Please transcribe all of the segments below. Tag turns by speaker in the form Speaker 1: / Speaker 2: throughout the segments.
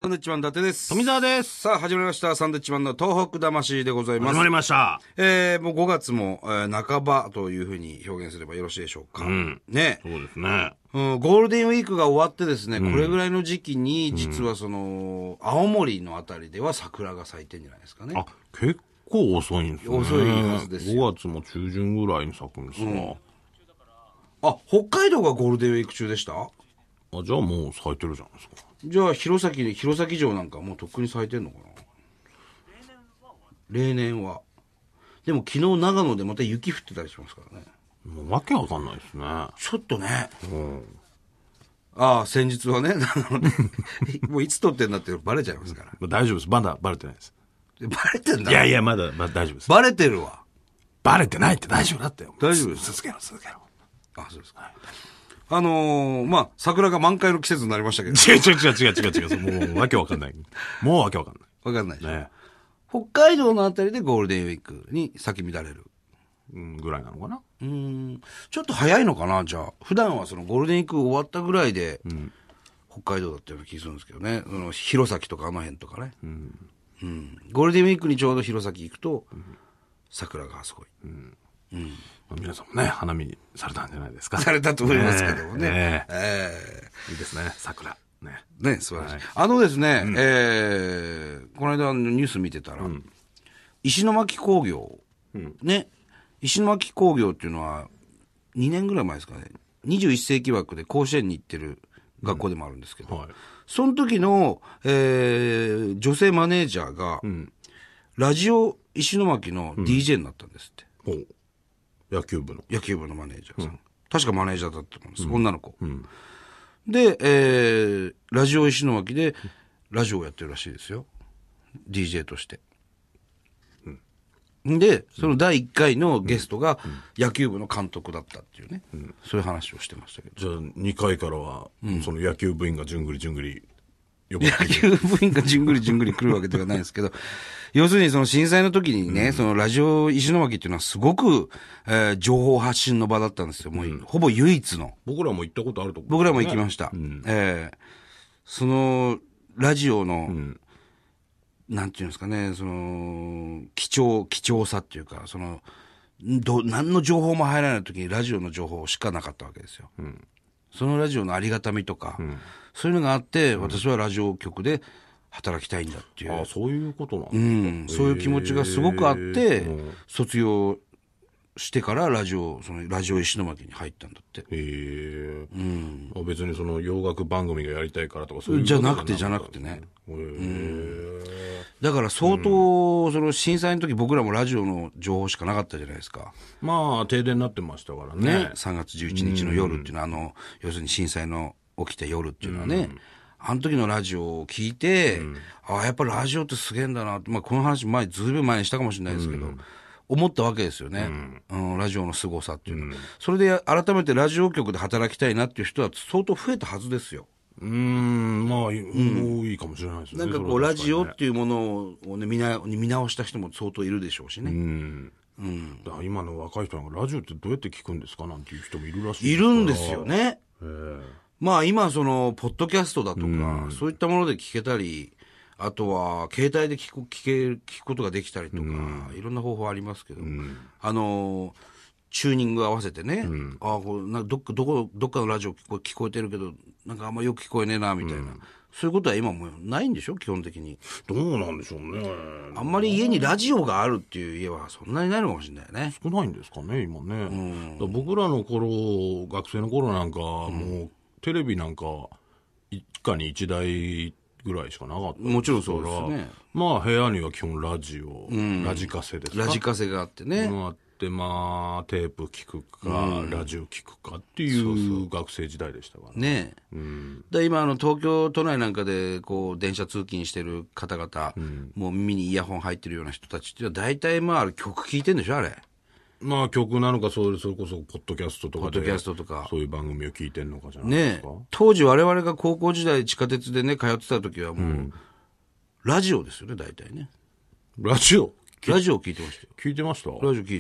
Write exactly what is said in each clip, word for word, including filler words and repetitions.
Speaker 1: サンドウィッチマン伊達です。
Speaker 2: 富澤です。
Speaker 1: さあ始まりましたサンドウィッチマンの東北魂でございます。
Speaker 2: 始まりました。
Speaker 1: えー、もうごがつも、えー、半ばというふうに表現すればよろしいでしょうか。
Speaker 2: うん、
Speaker 1: ね。
Speaker 2: そうですね。
Speaker 1: うん、ゴールデンウィークが終わってですね、うん、これぐらいの時期に実はその、うん、青森のあたりでは桜が咲いてんじゃないですかね。
Speaker 2: あ、結構遅いんですね。
Speaker 1: 遅いはずですよ。
Speaker 2: ごがつも中旬ぐらいに咲くんですか、うん、
Speaker 1: あ、北海道がゴールデンウィーク中でした？あ、
Speaker 2: じゃあもう咲いてるじゃないですか。
Speaker 1: じゃあ弘前で弘前城なんかもうとっくに咲いてんのかな。例年は。でも昨日長野でまた雪降ってたりしますからね。
Speaker 2: もうわけわかんないですね。
Speaker 1: ちょっとね。
Speaker 2: うん、
Speaker 1: ああ、先日はね。もういつ撮ってんだってバレちゃいますから。
Speaker 2: 大丈夫です。まだバレてないです。
Speaker 1: バレてんだ。
Speaker 2: いやいや、まだ、まだ大丈夫です。
Speaker 1: バレてるわ。
Speaker 2: バレてないって大丈夫だってよ。
Speaker 1: 大丈夫です。
Speaker 2: 続けろ、続けろ。
Speaker 1: あ、そうですか。はい、あのー、まあ、桜が満開の季節になりましたけど。
Speaker 2: 違う違う違う違う違う違う。もうわけわかんない。もうわけわかんない。
Speaker 1: わかんないでしょ。
Speaker 2: ね。
Speaker 1: 北海道のあたりでゴールデンウィークに咲き乱れる。
Speaker 2: うん、ぐらいなのかな。
Speaker 1: うん。ちょっと早いのかな、じゃあ。普段はそのゴールデンウィーク終わったぐらいで、うん、北海道だったような気がするんですけどね。その弘前とかあの辺とかね。うん。うん。ゴールデンウィークにちょうど弘前行くと、うん、桜がすごい。うん。うん。
Speaker 2: まあ、皆さんもね、花見されたんじゃないですか。
Speaker 1: されたと思いますけどもね。
Speaker 2: ねえーえー、いいですね、桜。ね。
Speaker 1: ね、素晴らしい。はい、あのですね、うん、えー、この間のニュース見てたら、うん、石巻工業、うん、ね、石巻工業っていうのはにねんぐらい前ですかね、にじゅういっせいき枠で甲子園に行ってる学校でもあるんですけど、うんはい、その時の、えー、女性マネージャーが、うん、ラジオ石巻の ディージェー になったんですって。
Speaker 2: うん、野球部の
Speaker 1: 野球部のマネージャーさん。うん、確かマネージャーだったと思うんです、うん、女の子。うんで、えー、ラジオ石巻でラジオをやってるらしいですよ。ディージェー として。うん、で、そのだいいっかいのゲストが野球部の監督だったっていうね。うん、そういう話をしてましたけど。
Speaker 2: じゃあにかいからは、うん、その野球部員がじゅんぐりじゅんぐり
Speaker 1: 野球部員がじゅんぐりじゅんぐり来るわけではないんですけど、要するにその震災の時にね、うん、そのラジオ石巻っていうのはすごく、えー、情報発信の場だったんですよ。もう、うん、ほぼ唯一の。
Speaker 2: 僕らも行ったことあると思う、ね。
Speaker 1: 僕らも行きました。うん、えー、そのラジオの、うん、なんていうんですかね、その貴重貴重さっていうか、そのど何の情報も入らない時にラジオの情報しかなかったわけですよ。うん、そのラジオのありがたみとか、うん、そういうのがあって、うん、私はラジオ局で働きたいんだっていう。
Speaker 2: ああ、そういうことなんですか。
Speaker 1: うん、そういう気持ちがすごくあって、うん、卒業してからラジオ、そのラジオ石巻に入ったんだって。へ
Speaker 2: え。うん。別にその洋楽番組がやりたいからとかそういう
Speaker 1: じゃなくてじゃなくてね。へえ、うん。だから相当、うん、その震災の時僕らもラジオの情報しかなかったじゃないですか。
Speaker 2: まあ停電になってましたからね。ね。
Speaker 1: さんがつじゅういちにちの夜っていうのは、うん、あの要するに震災の起きた夜っていうのはね。うんあの時のラジオを聞いて、うん、ああ、やっぱりラジオってすげえんだなって、まあこの話前、ずいぶん前にしたかもしれないですけど、うん、思ったわけですよね、うんうん。ラジオの凄さっていうのは、うん。それで改めてラジオ局で働きたいなっていう人は相当増えたはずですよ。
Speaker 2: うーん、まあ、うん、多いかもしれないですね。
Speaker 1: なんかこう、ラジオっていうものをね、見な、見直した人も相当いるでしょうしね。うん。
Speaker 2: うん、だから今の若い人なんかラジオってどうやって聞くんですかなんていう人もいるらしいです
Speaker 1: いるんですよね。へーまあ今そのポッドキャストだとか、うん、そういったもので聞けたり、あとは携帯で聞く聞け聞くことができたりとか、うん、いろんな方法ありますけど、うん、あのチューニング合わせてね、うん、あこうなんかどっかどこどっかのラジオ聞こ聞こえてるけどなんかあんまよく聞こえねえなみたいな、うん、そういうことは今もうないんでしょ基本的に。
Speaker 2: どうなんでしょうね。
Speaker 1: あんまり家にラジオがあるっていう家はそんなにないのかもしれないね。
Speaker 2: 少ないんですかね今ね。うん、だ僕らの頃学生の頃なんかもう、うんテレビなんか一家に一台ぐらいしかなかった。
Speaker 1: もちろんそうですね。
Speaker 2: まあ部屋には基本ラジオ、うん、ラジカセですか。
Speaker 1: ラジカセがあってね。
Speaker 2: あってまあテープ聞くか、うん、ラジオ聞くかっていう学生時代でしたから
Speaker 1: ね。うん、で今あの東京都内なんかでこう電車通勤してる方々、うん、もう耳にイヤホン入ってるような人たちっていうのは大体まあ曲聞いてんでしょあれ。
Speaker 2: まあ曲なのかそれそれこそポッドキャストとかで
Speaker 1: ポッドキャストとか
Speaker 2: そういう番組を聞いてんのかじゃないですか。
Speaker 1: ね当時我々が高校時代地下鉄でね通ってた時はもう、うん、ラジオですよね大体ね。
Speaker 2: ラジオ
Speaker 1: ラジオ聞いてましたよ。
Speaker 2: 聞いてました。
Speaker 1: ラジオ聞いてた。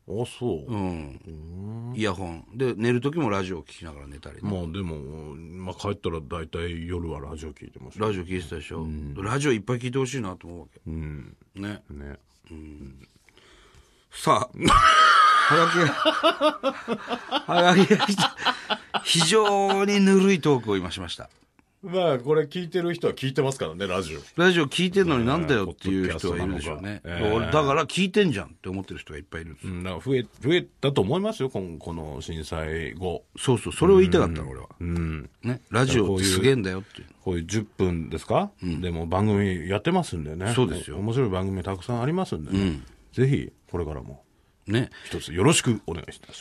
Speaker 2: あ、そう。
Speaker 1: うん。イヤホン。で、寝るときもラジオを聞きながら寝たり、ね。
Speaker 2: まあでも、まあ帰ったら大体夜はラジオ聞いてます、
Speaker 1: ね。ラジオ聞いてたでしょ。うん、ラジオいっぱい聞いてほしいなと思うわけ。
Speaker 2: うん。
Speaker 1: ね。
Speaker 2: ね。
Speaker 1: うん。さあ、はがき、はがきが来た。非常にぬるいトークを今しました。
Speaker 2: まあ、これ聞いてる人は聞いてますからね、ラジオ。
Speaker 1: ラジオ聞いてるのになんだよっていう人はいるでしょうね。えー、俺だから聞いてんじゃんって思ってる人がいっぱいいるんですよ。
Speaker 2: うん、だから増え、増えたと思いますよ、この、この震災後。
Speaker 1: そうそう、それを言いたかったの、俺は。
Speaker 2: うん。
Speaker 1: ね、ラジオってすげえんだよっていう。
Speaker 2: こういうじゅっぷんですか、うん、でも番組やってますんでね。
Speaker 1: そうですよ。
Speaker 2: 面白い番組たくさんありますんでね。うん、ぜひ、これからも。
Speaker 1: ね。
Speaker 2: 一つよろしくお願いします。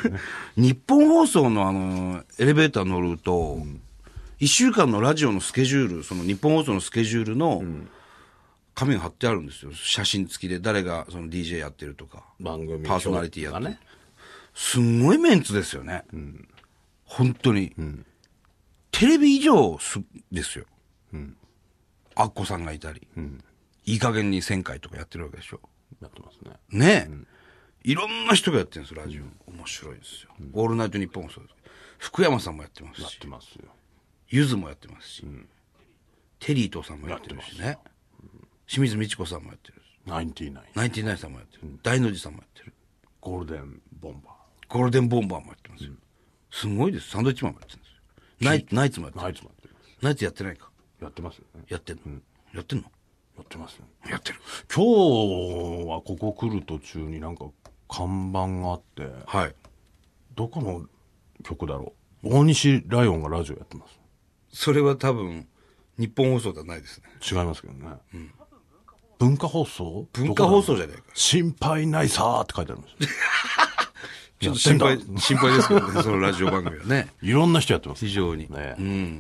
Speaker 1: ね、日本放送のあの、エレベーター乗ると、うんいっしゅうかんのラジオのスケジュール、その日本放送のスケジュールの紙が貼ってあるんですよ。写真付きで誰がその ディージェー やってるとか、
Speaker 2: 番組
Speaker 1: パーソナリティやってる。ね、すんごいメンツですよね。うん、本当に、うん。テレビ以上すですよ。うん、アッコさんがいたり、うん、いい加減にせんかいとかやってるわけでしょ。
Speaker 2: やってますね。
Speaker 1: ねえ。うん、いろんな人がやってるんですよ、ラジオ。うん、面白いですよ。うん、オールナイトニッポンもそうです。福山さんもやってますし。
Speaker 2: やってますよ。
Speaker 1: ゆずもやってますし、うん、テリー東さんもやってるしね、うん、清水美智子さんもやってるし、
Speaker 2: ナインティナイン
Speaker 1: ナインティナインさんもやってる、うん、大の字さんもやってる、
Speaker 2: ゴールデンボンバー
Speaker 1: ゴールデンボンバーもやってますよ、うん、すごいです。サンドイッチマンもやってるんですよ。ナイ, ナイツもやってる。
Speaker 2: ナイツもやってる。
Speaker 1: ナイツやってないか。
Speaker 2: やってますよね。
Speaker 1: やってんの、うん、やってんの
Speaker 2: やってますよ、
Speaker 1: ね、やってる。
Speaker 2: 今日はここ来る途中になんか看板があって、
Speaker 1: はい、
Speaker 2: どこの局だろう。大西ライオンがラジオやってます。
Speaker 1: それは多分日本放送ではないですね。
Speaker 2: 違いますけどね、うん、文化放送
Speaker 1: 文化放送じゃないか。
Speaker 2: 心配ないさーって書いてあります
Speaker 1: ちょっと心配心配ですけどねそのラジオ番組はね
Speaker 2: いろんな人やってます
Speaker 1: 非常に、
Speaker 2: ね、うん、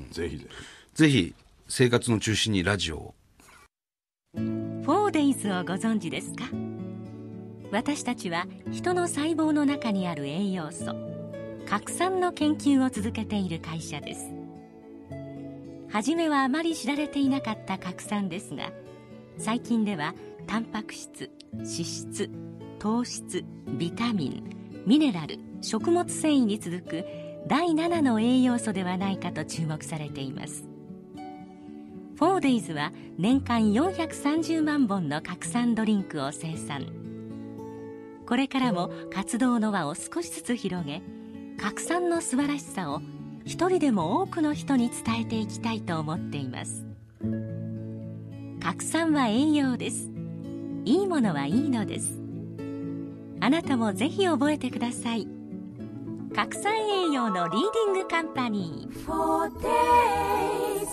Speaker 2: ぜひぜひ
Speaker 1: ぜひ生活の中心にラジオを。
Speaker 3: フォーデイズをご存知ですか。私たちは人の細胞の中にある栄養素核酸の研究を続けている会社です。初めはあまり知られていなかった核酸ですが、最近ではタンパク質、脂質、糖質、ビタミン、ミネラル、食物繊維に続くだいななの栄養素ではないかと注目されています。フォーデイズは年間よんひゃくさんじゅうまんぼんの核酸ドリンクを生産。これからも活動の輪を少しずつ広げ、核酸の素晴らしさを一人でも多くの人に伝えていきたいと思っています。核酸は栄養です。いいものはいいのです。あなたもぜひ覚えてください。核酸栄養のリーディングカンパニー フォーデイズ。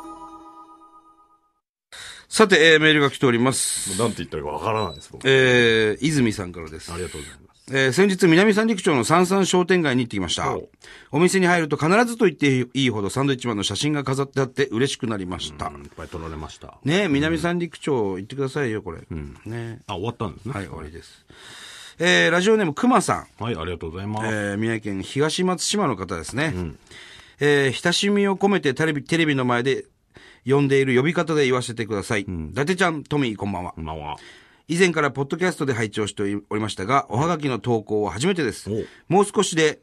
Speaker 1: さて、えー、メールが来ております。
Speaker 2: なんて言ったらいいかわからないです。
Speaker 1: えー、泉さんからです。
Speaker 2: ありがとうございます。
Speaker 1: えー、先日南三陸町の三三商店街に行ってきました。お店に入ると必ずと言っていいほどサンドイッチマンの写真が飾ってあって嬉しくなりました。
Speaker 2: いっぱい撮られました。
Speaker 1: ねえ、南三陸町行ってくださいよ、これ。うん、ね
Speaker 2: あ、終わったんですね。
Speaker 1: はい、終わりです。えー、ラジオネームくまさ
Speaker 2: ん。はい、ありがとうございます。
Speaker 1: えー、宮城県東松島の方ですね。うん、えー、親しみを込めてテレビ、テレビの前で呼んでいる呼び方で言わせてください。うん、伊達ちゃん、トミー、こんばんは。
Speaker 2: こんばんは。
Speaker 1: 以前からポッドキャストで拝聴しておりましたが、おはがきの投稿は初めてです。もう少しで、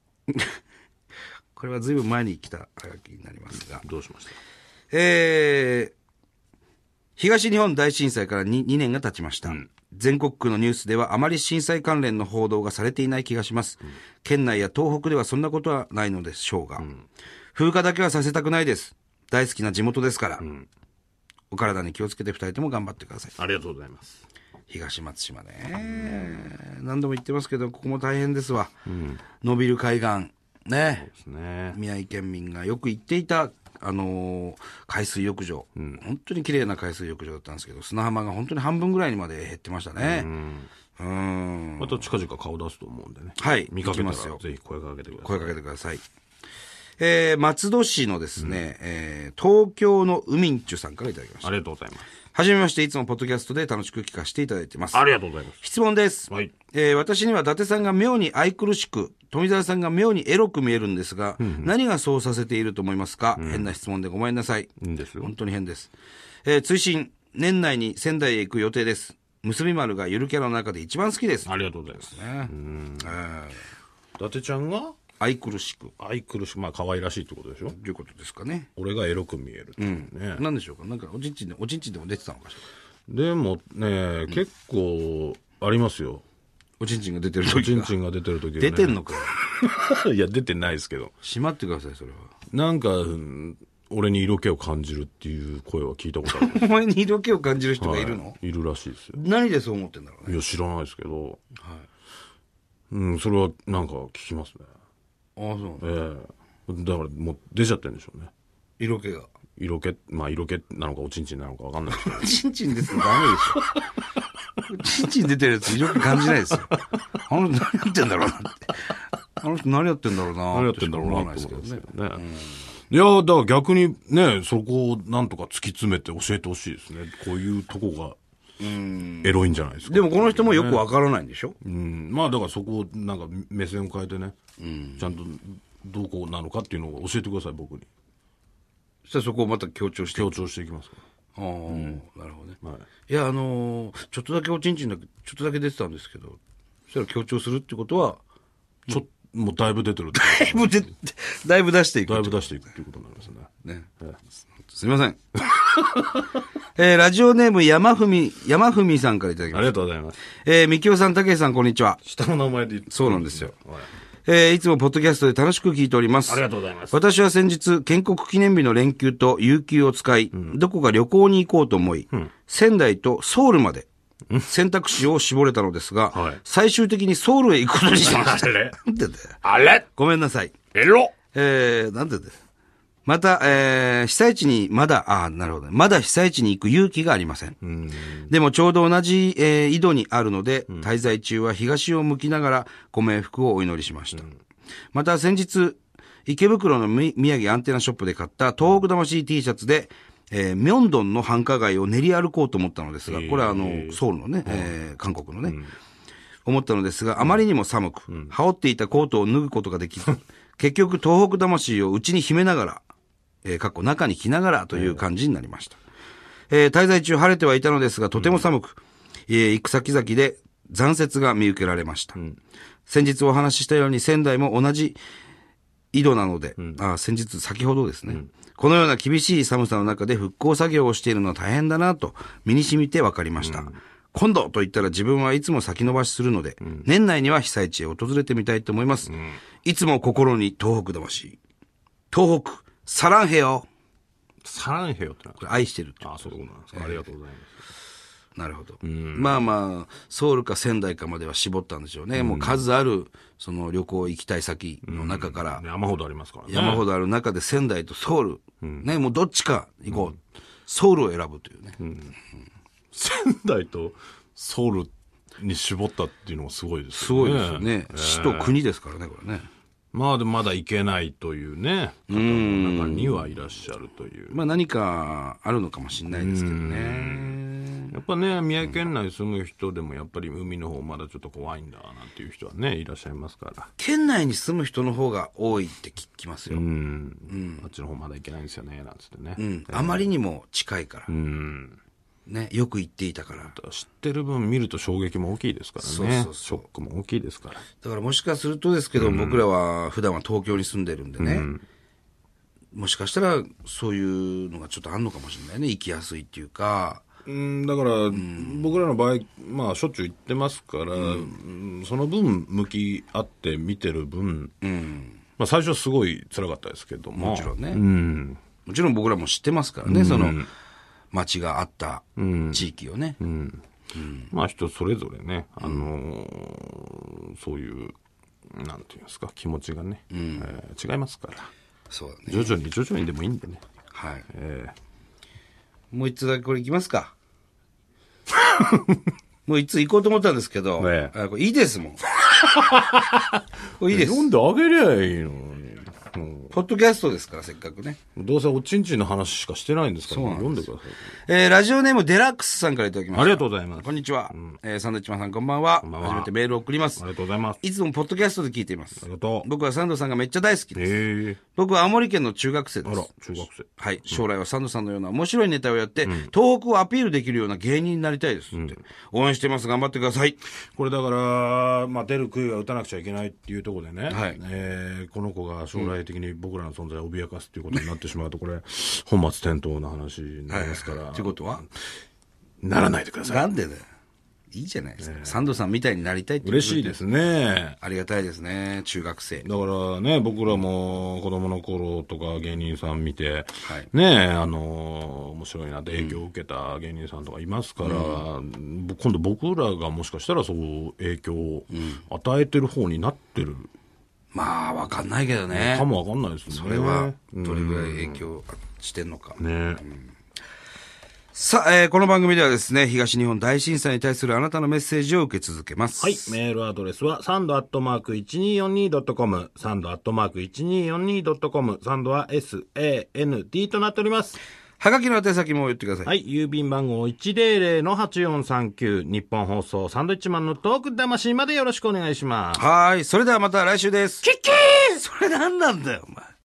Speaker 1: これはずいぶん前に来たはがきになりますが。
Speaker 2: どうしました？
Speaker 1: えー、東日本大震災から 2, 2年が経ちました。うん、全国区のニュースではあまり震災関連の報道がされていない気がします。うん、県内や東北ではそんなことはないのでしょうが、うん、風化だけはさせたくないです。大好きな地元ですから。うん、お体に気をつけて二人とも頑張ってください。
Speaker 2: ありがとうございます。
Speaker 1: 東松島ね、何度も言ってますけどここも大変ですわ。うん、伸びる海岸ね。そうですね。宮城県民がよく行っていたあのー、海水浴場、うん、本当に綺麗な海水浴場だったんですけど砂浜が本当に半分ぐらいにまで減ってましたね。うん、うーん
Speaker 2: また近々顔出すと思うんでね。
Speaker 1: はい
Speaker 2: 見かけたらぜひ声かけてください。
Speaker 1: 声かけてください。えー、松戸市のですね、うんえー、東京のウミンチュさんからいただきました。
Speaker 2: ありがとうございます。
Speaker 1: はじめまして、いつもポッドキャストで楽しく聞かせていただいています。
Speaker 2: ありがとうございます。
Speaker 1: 質問です。
Speaker 2: はい。
Speaker 1: えー、私には伊達さんが妙に愛くるしく、富澤さんが妙にエロく見えるんですが、うんうん、何がそうさせていると思いますか、うん、変な質問でごめんなさい。
Speaker 2: いいんですよ。
Speaker 1: 本当に変です。えー、追伸、年内に仙台へ行く予定です。 結び丸がゆるキャラの中で一番好きです。
Speaker 2: ありがとうございます。
Speaker 1: ね。
Speaker 2: うん。
Speaker 1: え
Speaker 2: 伊達ちゃんが
Speaker 1: 愛くるしく。
Speaker 2: 愛くるしく、まあ可愛らしいってことでしょ。
Speaker 1: ということですかね。
Speaker 2: 俺がエロく見えるっていうね。
Speaker 1: なんでしょうか。なんかおちんちんで、おちんちんでも出てたのかしら。
Speaker 2: でもね、結構ありますよ。
Speaker 1: おちんちんが出てる時が。
Speaker 2: おちんちんが出てる時は、ね。
Speaker 1: 出てんのか。
Speaker 2: いや、出てないですけど。
Speaker 1: しまってください、それは。
Speaker 2: なんか、うん俺に色気を感じるっていう声は聞いたことある。
Speaker 1: お前に色気を感じる人がいるの、
Speaker 2: はい、いるらしいですよ。
Speaker 1: 何でそう思ってんだろうね。
Speaker 2: いや、知らないですけど。
Speaker 1: はい。
Speaker 2: うん、それはなんか聞きますね。
Speaker 1: ああ、そう。
Speaker 2: ええー、だからもう出ちゃってるんでしょうね。
Speaker 1: 色気が。
Speaker 2: 色気、まあ色気なのかおちんちんなのかわかんないですけど。
Speaker 1: おちんちんですとダメでしょ。おちんちん出てるやつ色気感じないですよ。あの人何やってんだろうなって。あの人何やってんだろうな
Speaker 2: 何やってんだろうなって思
Speaker 1: 思
Speaker 2: いますけどね。
Speaker 1: うん
Speaker 2: いやだから逆にね、そこをなんとか突き詰めて教えてほしいですね。こういうとこがエロいんじゃないですか。
Speaker 1: でもこの人もよくわからないんでしょ、
Speaker 2: うん、まあだからそこをなんか目線を変えてね、うん、ちゃんとどこなのかっていうのを教えてください、僕に。
Speaker 1: そしたらそこをまた強調して
Speaker 2: 強調していきますから。
Speaker 1: ああ、うん、なるほどね。
Speaker 2: はい、
Speaker 1: いや、あのー、ちょっとだけおちんちんだけ、ちょっとだけ出てたんですけど、そしたら強調するってことは、
Speaker 2: ちょっと、もうだいぶ出てるって
Speaker 1: だいぶで、だいぶ出していく。
Speaker 2: だいぶ出していくっていうことになりますね。
Speaker 1: ね。
Speaker 2: ええ、
Speaker 1: すみません。えー、ラジオネーム山文、山文さんからいただきました。
Speaker 2: ありがとうございます。
Speaker 1: えー、みきおさん、たけしさん、こんにちは。
Speaker 2: 下の名前で言って、
Speaker 1: そうなんですよ。
Speaker 2: はい、
Speaker 1: えー、いつもポッドキャストで楽しく聞いております。
Speaker 2: ありがとうございます。
Speaker 1: 私は先日、建国記念日の連休と有給を使い、うん、どこか旅行に行こうと思い、うん、仙台とソウルまで、選択肢を絞れたのですが、はい、最終的にソウルへ行くことにしました。
Speaker 2: あれ
Speaker 1: なんでだよ。
Speaker 2: あれ
Speaker 1: ごめんなさい。
Speaker 2: エロ
Speaker 1: えー、なんでだよ。また、えー、被災地にまだ、ああ、なるほど。まだ被災地に行く勇気がありません。うんでもちょうど同じ、えー、井戸にあるので、うん、滞在中は東を向きながらご冥福をお祈りしました。うん、また先日、池袋の宮城アンテナショップで買った東北魂 T シャツで、えー、ミョンドンの繁華街を練り歩こうと思ったのですが、これはあの、ソウルのね、えー、韓国のね、うん、思ったのですが、あまりにも寒く、うん、羽織っていたコートを脱ぐことができず、結局東北魂を内に秘めながら、えー、かっこ中に着ながらという感じになりました。えー、滞在中晴れてはいたのですが、とても寒く、うん、えー、行く先々で残雪が見受けられました。うん、先日お話ししたように仙台も同じ井戸なので、うん、あ、先日、先ほどですね、うん、このような厳しい寒さの中で復興作業をしているのは大変だなと身に染みて分かりました。うん、今度と言ったら自分はいつも先延ばしするので、うん、年内には被災地へ訪れてみたいと思います。うん、いつも心に東北魂。東北、サランヘヨ。
Speaker 2: サランヘヨってのは
Speaker 1: これ愛してるって。
Speaker 2: ああ、そうなんですか、えー。ありがとうございます。
Speaker 1: なるほど。まあまあ、ソウルか仙台かまでは絞ったんでしょうね。うん、もう数ある、その旅行行きたい先の中から。
Speaker 2: うん、山ほどありますからね。
Speaker 1: 山ほどある中で仙台とソウル。うん、ね、もうどっちか行こう。うん、ソウルを選ぶというね。うんうん、
Speaker 2: 仙台とソウルに絞ったっていうのもすごいですよね。
Speaker 1: すごいですよね。えー、市と国ですからね、これね。
Speaker 2: まあでもまだ行けないというね、方の中にはいらっしゃるという。
Speaker 1: まあ何かあるのかもしれないですけどね。
Speaker 2: やっぱね、宮城県内に住む人でもやっぱり海の方まだちょっと怖いんだなんていう人はね、いらっしゃいますから。
Speaker 1: 県内に住む人の方が多いって聞きますよ。うん。う
Speaker 2: ん、あっちの方まだ行けないんですよね、なんつってね。
Speaker 1: うん。あまりにも近いから。うん。ね、よく行っていたから。
Speaker 2: 知ってる分見ると衝撃も大きいですからね。そうそうそう。ショックも大きいですから。
Speaker 1: だからもしかするとですけど、うん、僕らは普段は東京に住んでるんでね、うん、もしかしたらそういうのがちょっとあんのかもしれないね。行きやすいっていうか。
Speaker 2: うん、だから、うん、僕らの場合、まあしょっちゅう行ってますから、うん、その分向き合って見てる分、うん、まあ最初はすごい辛かったですけども。
Speaker 1: もちろんね。うん、もちろん僕らも知ってますからね、その、町があった地域をね、うんうん
Speaker 2: うん、まあ人それぞれね、あのー、そういうなんていうんですか気持ちがね、うんえー、違いますから、
Speaker 1: そうだね、
Speaker 2: 徐々に徐々にでもいいんでね、
Speaker 1: はい、
Speaker 2: え
Speaker 1: ー、もう一つだけこれいきますか。もういつ行こうと思ったんですけど、ね、あこれいいですもん。これいいです。
Speaker 2: 読んであげりゃいいのに。
Speaker 1: ポッドキャストですから、せっかくね。
Speaker 2: どうせおちんちんの話しかしてないんですから、読んでください。
Speaker 1: えー、ラジオネームデラックスさんからいただきました。
Speaker 2: ありがとうございます。
Speaker 1: こんにちは。うん、えー、サンドウィッチマンさんこんばんは。
Speaker 2: こんばんは。
Speaker 1: 初めてメールを送ります。
Speaker 2: ありがとうございます。
Speaker 1: いつもポッドキャストで聞いています。
Speaker 2: ありがとう。
Speaker 1: 僕はサンドさんがめっちゃ大好きです。
Speaker 2: へー。
Speaker 1: 僕は青森県の中学生です。
Speaker 2: あら、中学生。
Speaker 1: はい。将来はサンドさんのような面白いネタをやって、うん、東北をアピールできるような芸人になりたいですって。うん、応援してます。頑張ってください。
Speaker 2: これだから、まあ、出る杭は打たなくちゃいけないっていうところでね。
Speaker 1: はい。
Speaker 2: えー、この子が将来的に僕らの存在を脅かすっていうことになってしまうと、これ、本末転倒な話になりますから。
Speaker 1: ということは
Speaker 2: ならないでください。
Speaker 1: なんでだよ。いいじゃないですか。えー、サンドさんみたいになりたいって
Speaker 2: 嬉しいですね。
Speaker 1: ありがたいですね。中学生。
Speaker 2: だからね、僕らも子供の頃とか芸人さん見て、
Speaker 1: はい、
Speaker 2: ね、あの、面白いなって影響を受けた芸人さんとかいますから、うん、今度僕らがもしかしたらそう影響を与えてる方になってる。うん、
Speaker 1: まあ、わかんないけどね。
Speaker 2: かもわかんないですね。
Speaker 1: それは、どれぐらい影響してんのか。
Speaker 2: ね、うん、
Speaker 1: さあ、えー、この番組ではですね、東日本大震災に対するあなたのメッセージを受け続けます。
Speaker 2: はい。メールアドレスは、サンドアットマーク いちにーよんにードットコム、サンドアットマーク いちにーよんにードットコム、サンドは エスエーエヌディー となっております。
Speaker 1: はがきの宛先も言ってください。
Speaker 2: はい。郵便番号 いちまるぜろのはちよんさんきゅう、日本放送サンドイッチマンのトーク魂までよろしくお願いします。
Speaker 1: はい。それではまた来週です。
Speaker 2: キッキー
Speaker 1: それなんなんだよ、お前。